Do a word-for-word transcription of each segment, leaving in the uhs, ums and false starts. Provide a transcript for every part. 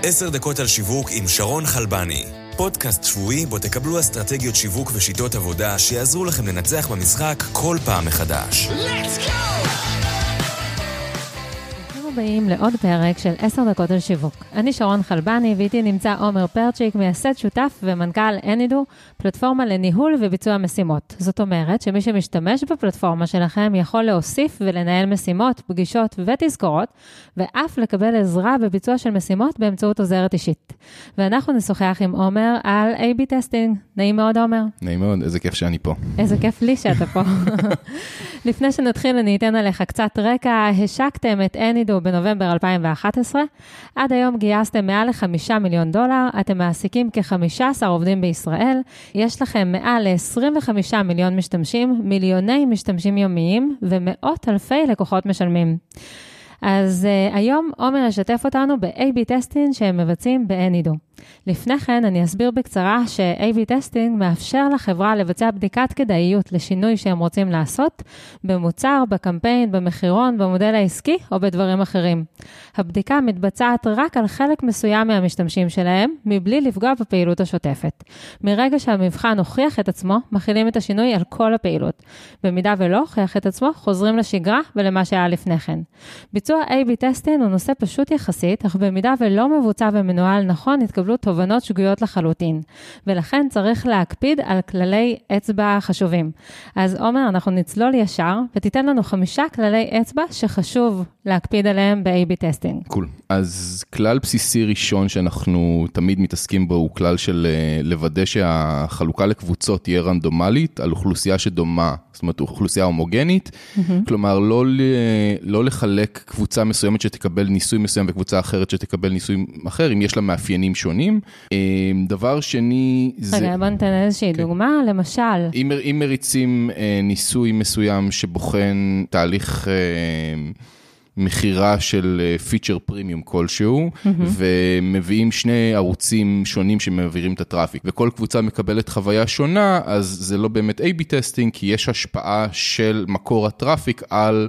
עשר דקות על שיווק עם שרון חלבני. פודקאסט שבועי בו תקבלו אסטרטגיות שיווק ושיטות עבודה שיעזרו לכם לנצח במשחק כל פעם מחדש. Let's go! באים לעוד פרק של עשר דקות על שיווק. אני שרון חלבני, ואיתי נמצא עומר פרצ'יק, מייסד שותף ומנכ"ל אנידו, פלטפורמה לניהול וביצוע משימות. זאת אומרת שמי שמשתמש בפלטפורמה שלכם יכול להוסיף ולנהל משימות, פגישות ותזכורות, ואף לקבל עזרה בביצוע של משימות באמצעות עוזרת אישית. ואנחנו נשוחח עם עומר על איי בי טסטינג. נעים מאוד, עומר. נעים מאוד, איזה כיף שאני פה. איזה כיף לי שאתה פה. לפני שנתחיל, אני אתן עליך קצת רקע. השקתם את אנידו בנובמבר אלפיים ואחת עשרה. עד היום גייסתם מעל לחמישה מיליון דולר. אתם מעסיקים כ-חמישה עשר עובדים בישראל. יש לכם מעל ל-עשרים וחמישה מיליון משתמשים, מיליוני משתמשים יומיים, ומאות אלפי לקוחות משלמים. אז uh, היום עומר ישתף אותנו ב-איי בי טסטינג שהם מבצעים באנידו. לפני כן אני אסביר בקצרה ש-איי בי טסטינג מאפשר לחברה לבצע בדיקת כדאיות לשינוי שהם רוצים לעשות במוצר, בקמפיין, במחירון, במודל העסקי או בדברים אחרים. הבדיקה מתבצעת רק על חלק מסוים מהמשתמשים שלהם, מבלי לפגוע בפעילות השוטפת. מרגע שהמבחן הוכיח את עצמו, מכילים את השינוי על כל הפעילות. במידה ולא הוכיח את עצמו, חוזרים לשגרה ולמה שהיה לפני כן. ביצוע איי בי טסטינג הוא נושא פשוט יחסית, אך במידה ולא מבוצע ומנוהל נכון, התקבלו תובנות שגויות לחלוטין. ולכן צריך להקפיד על כללי אצבע חשובים. אז עומר, אנחנו נצלול ישר, ותיתן לנו חמישה כללי אצבע שחשוב להקפיד עליהם ב-איי בי טסטינג. קול. אז כלל בסיסי ראשון שאנחנו תמיד מתעסקים בו, הוא כלל של לוודא שהחלוקה לקבוצות תהיה רנדומלית, על אוכלוסייה שדומה, זאת אומרת, אוכלוסייה הומוגנית, mm-hmm. כלומר, לא, לא לחלק קבוצה מסוימת שתקבל ניסוי מסוים, וקבוצה אחרת שתקבל ניסוי אחר, אם יש לה מאפיינים שונים. דבר שני, זה... רגע, בוא ניתן איזושהי okay. דוגמה, למשל. אם, אם מריצים ניסוי מסוים שבוחן תהליך... מחירה של פיצ'ר פרימיום כלשהו, mm-hmm. ומביאים שני ערוצים שונים שמעבירים את הטראפיק, וכל קבוצה מקבלת חוויה שונה, אז זה לא באמת איי בי טסטינג, כי יש השפעה של מקור הטראפיק על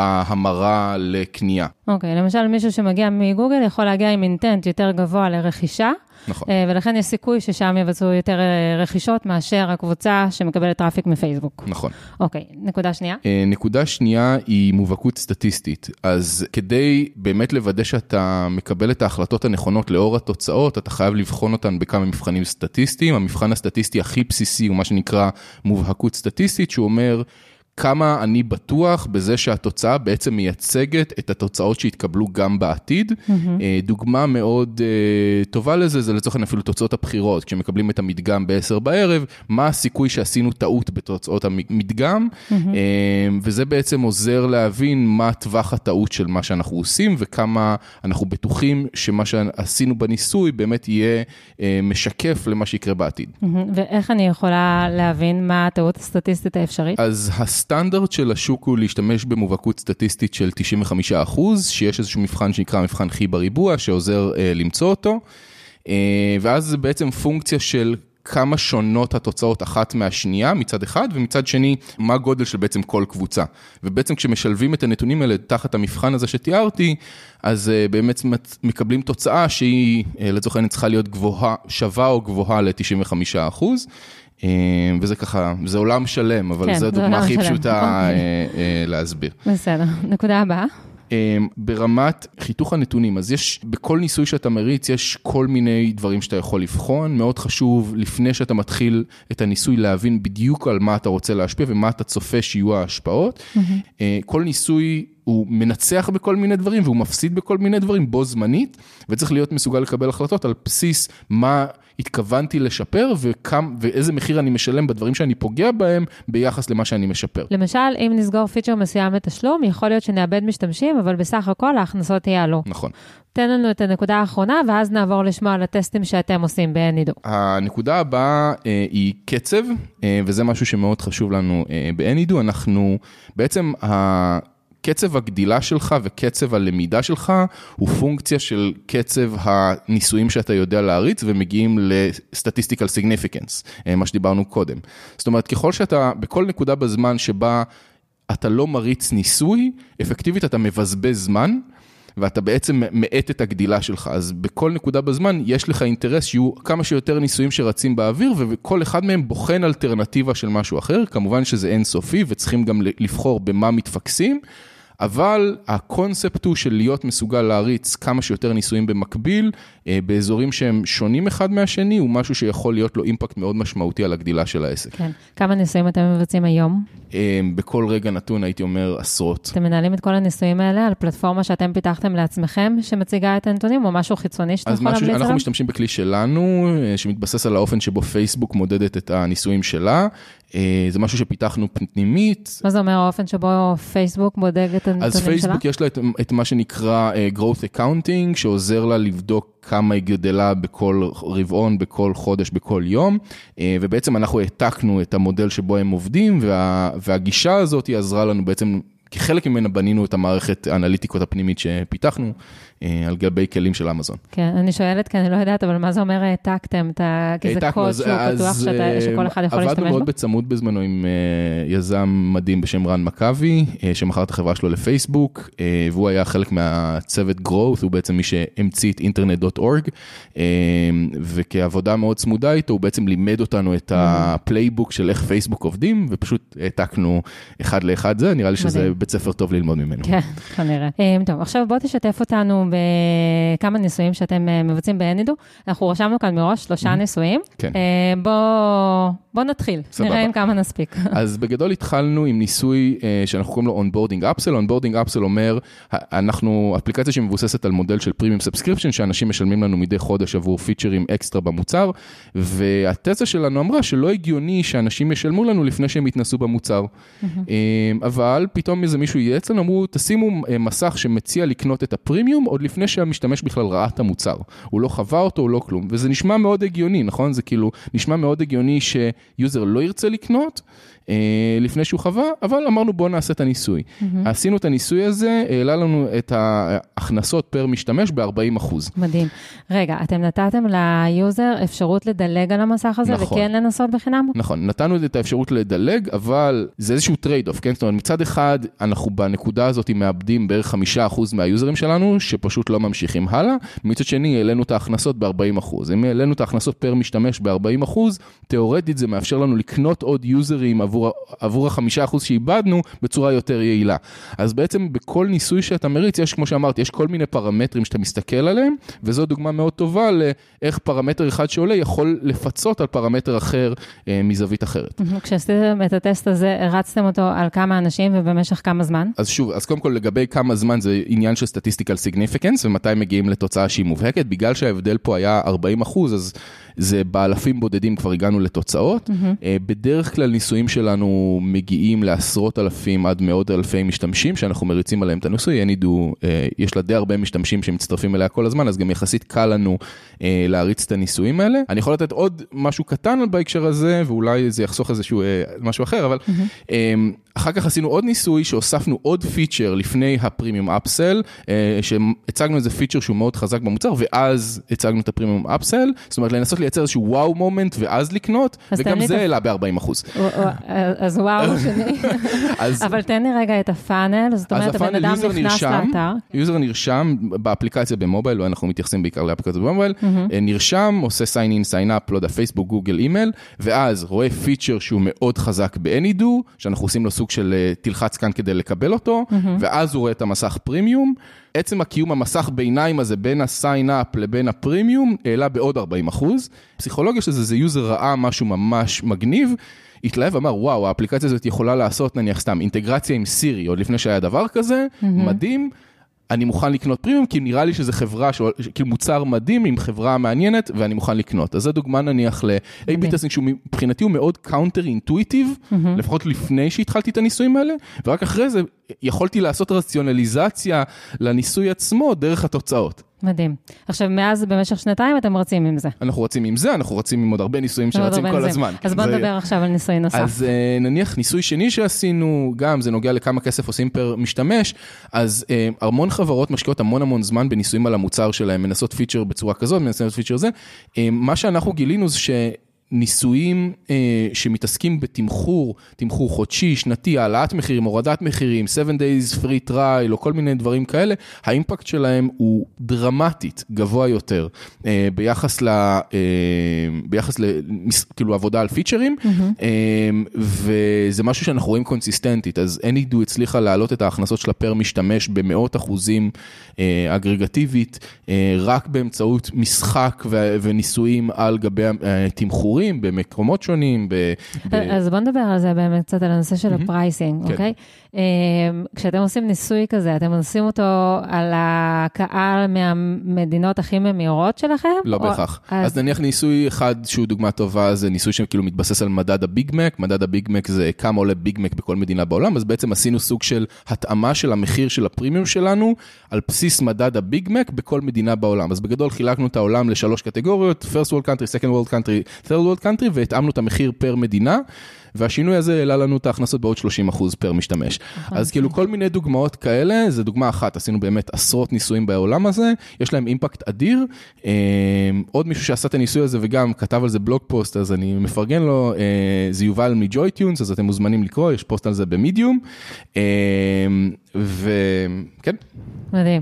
ההמרה לקנייה. אוקיי, okay, למשל מישהו שמגיע מגוגל יכול להגיע עם אינטנט יותר גבוה לרכישה, נכון. ולכן יש סיכוי ששם יבצעו יותר רכישות מאשר הקבוצה שמקבלת טראפיק מפייסבוק. נכון. אוקיי, נקודה שנייה. נקודה שנייה היא מובהקות סטטיסטית. אז כדי באמת לוודא שאתה מקבל את ההחלטות הנכונות לאור התוצאות, אתה חייב לבחון אותן בכמה מבחנים סטטיסטיים. המבחן הסטטיסטי הכי בסיסי הוא מה שנקרא מובהקות סטטיסטית, שהוא אומר... כמה אני בטוח בזה שהתוצאה בעצם מייצגת את התוצאות שהתקבלו גם בעתיד. Mm-hmm. דוגמה מאוד טובה לזה, זה לצורך אפילו תוצאות הבחירות. כשמקבלים את המדגם בעשר בערב, מה הסיכוי שעשינו טעות בתוצאות המדגם, mm-hmm. וזה בעצם עוזר להבין מה טווח הטעות של מה שאנחנו עושים, וכמה אנחנו בטוחים שמה שעשינו בניסוי באמת יהיה משקף למה שיקרה בעתיד. Mm-hmm. ואיך אני יכולה להבין מה הטעות הסטטיסטית האפשרית? אז הסטנדרט של השוק הוא להשתמש במובהקות סטטיסטית של תשעים וחמישה אחוז, שיש איזשהו מבחן שנקרא מבחן חי בריבוע, שעוזר אה, למצוא אותו, אה, ואז זה בעצם פונקציה של כמה שונות התוצאות אחת מהשנייה מצד אחד, ומצד שני, מה הגודל של בעצם כל קבוצה. ובעצם כשמשלבים את הנתונים האלה תחת המבחן הזה שתיארתי, אז uh, באמת מקבלים תוצאה שהיא, uh, לצורך העניין צריכה להיות גבוהה, שווה או גבוהה ל-תשעים וחמישה אחוז, וזה ככה, זה עולם שלם, אבל זו דוגמה הכי פשוטה להסביר. בסדר, נקודה הבאה. ברמת חיתוך הנתונים, אז יש, בכל ניסוי שאתה מריץ, יש כל מיני דברים שאתה יכול לבחון, מאוד חשוב לפני שאתה מתחיל את הניסוי להבין בדיוק על מה אתה רוצה להשפיע, ומה אתה צופה שיהיו ההשפעות. כל ניסוי הוא מנצח בכל מיני דברים, והוא מפסיד בכל מיני דברים בו זמנית, וצריך להיות מסוגל לקבל החלטות על בסיס מה התכוונתי לשפר, וכם, ואיזה מחיר אני משלם בדברים שאני פוגע בהם, ביחס למה שאני משפר. למשל, אם נסגור פיצ'ר מסוים לתשלום, יכול להיות שנאבד משתמשים, אבל בסך הכל ההכנסות יעלו. נכון. תן לנו את הנקודה האחרונה, ואז נעבור לשמוע על הטסטים שאתם עושים באנידו. הנקודה הבאה אה, היא קצב, אה, וזה משהו שמאוד חשוב לנו אה, באנידו. אנחנו, בעצם, ה... קצב הגדילה שלך וקצב הלמידה שלך הוא פונקציה של קצב הניסויים שאתה יודע להריץ ומגיעים ל-statistical significance, מה שדיברנו קודם. זאת אומרת, ככל שאתה, בכל נקודה בזמן שבה אתה לא מריץ ניסוי, אפקטיבית אתה מבזבז זמן, ואתה בעצם מאט את הגדילה שלך, אז בכל נקודה בזמן יש לך אינטרס שיהיו כמה שיותר ניסויים שרצים באוויר, וכל אחד מהם בוחן אלטרנטיבה של משהו אחר, כמובן שזה אינסופי, וצריכים גם לבחור במה מתפקסים, אבל הקונספט הוא של להיות מסוגל להריץ כמה שיותר ניסויים במקביל, באזורים שהם שונים אחד מהשני, הוא משהו שיכול להיות לו אימפקט מאוד משמעותי על הגדילה של העסק. כן. כמה ניסויים אתם מבצעים היום? בכל רגע נתון הייתי אומר עשרות. אתם מנהלים את כל הניסויים האלה על פלטפורמה שאתם פיתחתם לעצמכם, שמציגה את הנתונים, או משהו חיצוני שאתם יכולים להמליץ עליו? אנחנו משתמשים בכלי שלנו, שמתבסס על האופן שבו פייסבוק מודדת את הניסויים שלה. זה משהו שפיתחנו פנימית. מה זה אומר האופן שבו פייסבוק בודק את הנתונים שלה? אז פייסבוק יש לה את, את מה שנקרא uh, growth accounting, שעוזר לה לבדוק כמה היא גדלה בכל רבעון, בכל חודש, בכל יום, uh, ובעצם אנחנו העתקנו את המודל שבו הם עובדים, וה, והגישה הזאת היא עזרה לנו בעצם, כחלק ממנה בנינו את המערכת האנליטיקות הפנימית שפיתחנו, על גבי כלים של אמזון. כן, אני שואלת, כי אני לא יודעת, אבל מה זה אומר העתקתם? כי זה קוד שהוא פתוח שכל אחד יכול להשתמש בו? עבדנו מאוד בצמוד בזמנו עם יזם מדהים בשם רן מקאבי, שמכר את החברה שלו לפייסבוק, והוא היה חלק מהצוות growth, הוא בעצם מי שהמציא את אינטרנט דוט אורג, וכעבודה מאוד צמודה איתו, הוא בעצם לימד אותנו את הפלייבוק של איך פייסבוק עובדים, ופשוט העתקנו אחד לאחד זה, נראה לי שזה בית ספר טוב ללמוד ממנו. כן, כנראה. טוב, עכשיו בוא תשתף אותנו בכמה ניסויים שאתם מבצעים באנידו. אנחנו רשמנו כאן מראש שלושה ניסויים. כן. בוא, בוא נתחיל. סבבה. נראה עם כמה נספיק. אז בגדול התחלנו עם ניסוי שאנחנו קוראים לו Onboarding Upsell. Onboarding Upsell אומר, אנחנו אפליקציה שמבוססת על מודל של Premium Subscription, שאנשים משלמים לנו מדי חודש עבור פיצ'רים אקסטרה במוצר, והתזה שלנו אמרה שלא הגיוני שאנשים ישלמו לנו לפני שהם יתנסו במוצר. אבל פתאום איזה מישהו יהיה אצלנו, אמרו, תשימו מסך שמציע לקנות את הפרימיום, עוד לפני שהמשתמש בכלל ראה את המוצר. הוא לא חווה אותו, הוא לא כלום. וזה נשמע מאוד הגיוני, נכון? זה כאילו, נשמע מאוד הגיוני שיוזר לא ירצה לקנות, לפני שהוא חווה, אבל אמרנו בוא נעשה את הניסוי. Mm-hmm. עשינו את הניסוי הזה, העלה לנו את ההכנסות פר משתמש ב-ארבעים אחוז. מדהים. רגע, אתם נתתם ליוזר אפשרות לדלג על המסך הזה, נכון. וכן לנסות בחינם? נכון, נתנו את האפשרות לדלג, אבל זה איזשהו טרייד-אוף, כן? זאת אומרת, מצד אחד, אנחנו בנקודה הזאת מאבדים בערך חמישה אחוז מהיוזרים שלנו, שפשוט לא ממשיכים הלאה, מצד שני, העלינו את ההכנסות ב-ארבעים אחוז. אם העלינו את ההכנסות פר משתמש ב-ארבעים אחוז, תיאורטית זה מאפשר לנו לקנות עוד יוזרים עבור עבור החמישה אחוז שאיבדנו בצורה יותר יעילה. אז בעצם בכל ניסוי שאתה מריץ, יש, כמו שאמרתי, יש כל מיני פרמטרים שאתה מסתכל עליהם, וזו דוגמה מאוד טובה לאיך פרמטר אחד שעולה יכול לפצות על פרמטר אחר אה, מזווית אחרת. כשעשיתם את הטסט הזה, הרצתם אותו על כמה אנשים ובמשך כמה זמן? אז שוב, אז קודם כל לגבי כמה זמן זה עניין של statistical significance, ומתי מגיעים לתוצאה שהיא מובהקת, בגלל שההבדל פה היה ארבעים אחוז, אז זה באלפים בודדים כבר הגענו לתוצאות. Mm-hmm. בדרך כלל ניסויים שלנו מגיעים לעשרות אלפים עד מאות אלפי משתמשים, שאנחנו מריצים עליהם את הניסוי. אנידו, יש לה די הרבה משתמשים שמצטרפים אליה כל הזמן, אז גם יחסית קל לנו להריץ את הניסויים האלה. אני יכול לתת עוד משהו קטן בהקשר הזה, ואולי זה יחסוך איזשהו משהו אחר, אבל mm-hmm. אחר כך עשינו עוד ניסוי שהוספנו עוד פיצ'ר לפני הפרימיום אפסל, שהצגנו איזה פיצ'ר שהוא מאוד חזק במוצר, ואז הצגנו את הפרימיום אפסל, זאת אומרת לנסות לייצר איזשהו וואו מומנט ואז לקנות, וגם זה העלה ב-ארבעים אחוז. אז וואו שני. אבל תן לי רגע את הפאנל, זאת אומרת, הבן אדם נכנס לאתר. יוזר נרשם באפליקציה במובייל, לא אנחנו מתייחסים בעיקר לאפליקציה במובייל, נרשם, עושה sign in, sign up, לא יודע, פייסבוק, גוגל, אימייל, ואז רואה פיצ'ר שהוא מאוד חזק באנידו, שאנחנו עושים לו סוג של תלחץ כאן כדי לקבל אותו, ואז הוא רואה את המסך פרימיום. עצם הקיום המסך ביניים הזה, בין ה-sign-up לבין הפרימיום, העלה בעוד ארבעים אחוז. פסיכולוגיה שזה, זה יוזר ראה משהו ממש מגניב, התלהב ואמר, וואו, האפליקציה הזאת יכולה לעשות, נניח סתם, אינטגרציה עם סירי, עוד לפני שהיה דבר כזה, מדהים, אני מוכן לקנות פרימיום, כי נראה לי שזה חברה, כאילו מוצר מדהים עם חברה מעניינת, ואני מוכן לקנות. אז זו דוגמה נניח ל-איי בי טסטינג, שהוא מבחינתי הוא מאוד קאונטר אינטואיטיב, לפחות לפני שהתחלתי את הניסויים האלה, ורק אחרי זה יכולתי לעשות רציונליזציה לניסוי עצמו דרך התוצאות. מדהים. עכשיו, מאז במשך שנתיים אתם רצים עם זה. אנחנו רצים עם זה, אנחנו רצים עם עוד הרבה ניסויים שרצים כל הזמן. אז בוא נדבר עכשיו על ניסוי נוסף. אז נניח ניסוי שני שעשינו, גם זה נוגע לכמה כסף עושים פר משתמש, אז המון חברות משקיעות המון המון זמן בניסויים על המוצר שלהם, מנסות פיצ'ר בצורה כזאת, מנסות פיצ'ר זה. מה שאנחנו גילינו זה ש... ניסויים אה, שמתעסקים בתמחור, תמחור חודשי, שנתי, העלאת מחירים, הורדת מחירים, seven days free trial, או כל מיני דברים כאלה, האימפקט שלהם הוא דרמטית, גבוה יותר, אה, ביחס ל... אה, ביחס ל... כאילו עבודה על פיצ'רים, mm-hmm. אה, וזה משהו שאנחנו רואים קונסיסטנטית, אז אנידו הצליחה להעלות את ההכנסות שלה פר משתמש במאות אחוזים אה, אגרגטיבית, אה, רק באמצעות משחק ו- וניסויים על גבי תמחורים במקומות שונים. ב- אז בוא נדבר על זה באמת קצת, על הנושא של הפרייסינג, אוקיי? כשאתם עושים ניסוי כזה, אתם עושים אותו על הקהל מהמדינות הכי ממירות שלכם? לא בהכרח. אז נניח ניסוי אחד שהוא דוגמה טובה, זה ניסוי שכאילו מתבסס על מדד הביג מק, מדד הביג מק זה כמה עולה ביג מק בכל מדינה בעולם, אז בעצם עשינו סוג של התאמה של המחיר של הפרימיום שלנו, על בסיס מדד הביג מק בכל מדינה בעולם. אז בגדול חילקנו את העולם לשלוש קטגוריות, first world country, second world country, third world country, והתאמנו את המחיר פר מדינה, והשינוי הזה העלה לנו את ההכנסות בעוד שלושים אחוז פר משתמש. אז כאילו כל מיני דוגמאות כאלה, זה דוגמה אחת, עשינו באמת עשרות ניסויים בעולם הזה, יש להם אימפקט אדיר. עוד מישהו שעשה את הניסוי הזה וגם כתב על זה בלוג פוסט, אז אני מפרגן לו, זה יובל מג'וי טיונס, אז אתם מוזמנים לקרוא, יש פוסט על זה במדיום. וכן. מדהים.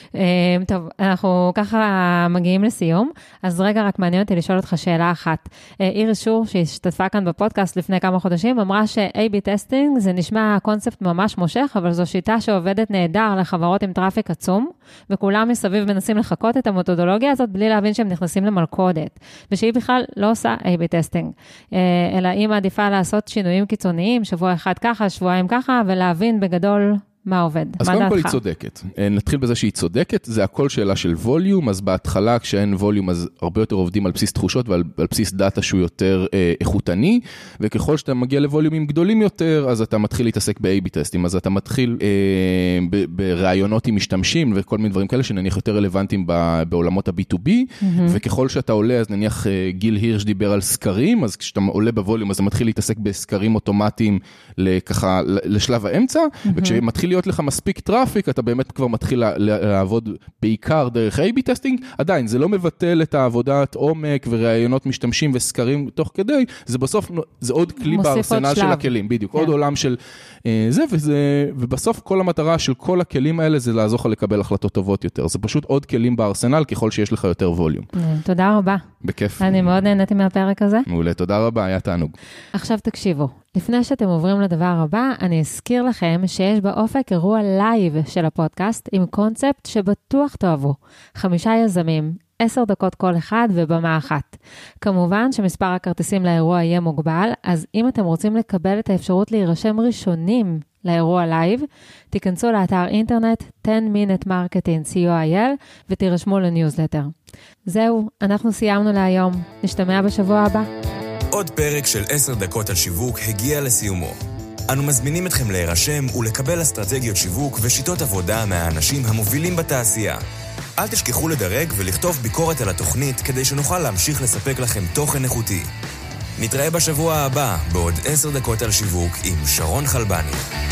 טוב, אנחנו ככה מגיעים לסיום, אז רגע רק מעניין אותי לשאול אותך שאלה אחת. איריס שור, שהשתתפה כאן בפודקאסט לפני כמה חודשים, אמרה ש-איי בי טסטינג זה נשמע קונספט ממש מושך, אבל זו שיטה שעובדת נהדר לחברות עם טראפיק עצום, וכולם מסביב מנסים לחכות את המתודולוגיה הזאת, בלי להבין שהם נכנסים למלכודת, ושהיא בכלל לא עושה איי בי טסטינג, אלא היא מעדיפה לעשות שינויים קיצוניים, שבוע אחד ככה, שבועיים ככה, ולהבין בגדול מה עובד? אז קודם כל היא צודקת. נתחיל בזה שהיא צודקת, זה הכל שאלה של ווליום, אז בהתחלה כשאין ווליום אז הרבה יותר עובדים על בסיס תחושות ועל בסיס דאטה שהוא יותר אה, איכותני, וככל שאתה מגיע לווליומים גדולים יותר, אז אתה מתחיל להתעסק ב-איי בי טסטים, אז אתה מתחיל אה, ב- ברעיונות עם משתמשים וכל מיני דברים כאלה שנניח יותר רלוונטיים ב- בעולמות ה-בי טו בי, mm-hmm. וככל שאתה עולה, אז נניח אה, גיל הירש דיבר על סקרים, אז כשאתה עולה בווליום, אז אתה מתחיל להתעסק בסקרים אוטומטיים לככה, לשלב האמצע, mm-hmm. וכשמתחיל להיות לך מספיק טראפיק, אתה באמת כבר מתחיל לעבוד בעיקר דרך איי בי טסטינג, עדיין, זה לא מבטל את העבודת עומק וראיונות משתמשים וסקרים תוך כדי, זה בסוף, זה עוד כלי בארסנל של הכלים, בדיוק, עוד עולם של זה, וזה, ובסוף כל המטרה של כל הכלים האלה זה לעזור לך לקבל החלטות טובות יותר, זה פשוט עוד כלים בארסנל ככל שיש לך יותר ווליום. תודה רבה. בכיף. אני מאוד נהניתי מהפרק הזה. מעולה, תודה רבה, היה תענוג. עכשיו תקשיבו, לפני שאתם עוברים לדבר הבא, אני אזכיר לכם שיש באופק אירוע לייב של הפודקאסט עם קונספט שבטוח תאהבו. חמישה יזמים, עשר דקות כל אחד ובמה אחת. כמובן שמספר הכרטיסים לאירוע יהיה מוגבל, אז אם אתם רוצים לקבל את האפשרות להירשם ראשונים לאירוע לייב, תיכנסו לאתר אינטרנט ten minute marketing co dot il ותירשמו לניוזלטר. זהו, אנחנו סיימנו להיום. נשתמע בשבוע הבא. עוד פרק של עשר דקות על שיווק הגיע לסיומו. אנו מזמינים אתכם להירשם ולקבל אסטרטגיות שיווק ושיטות עבודה מהאנשים המובילים בתעשייה. אל תשכחו לדרג ולכתוב ביקורת על התוכנית כדי שנוכל להמשיך לספק לכם תוכן איכותי. נתראה בשבוע הבא בעוד עשר דקות על שיווק עם שרון חלבני.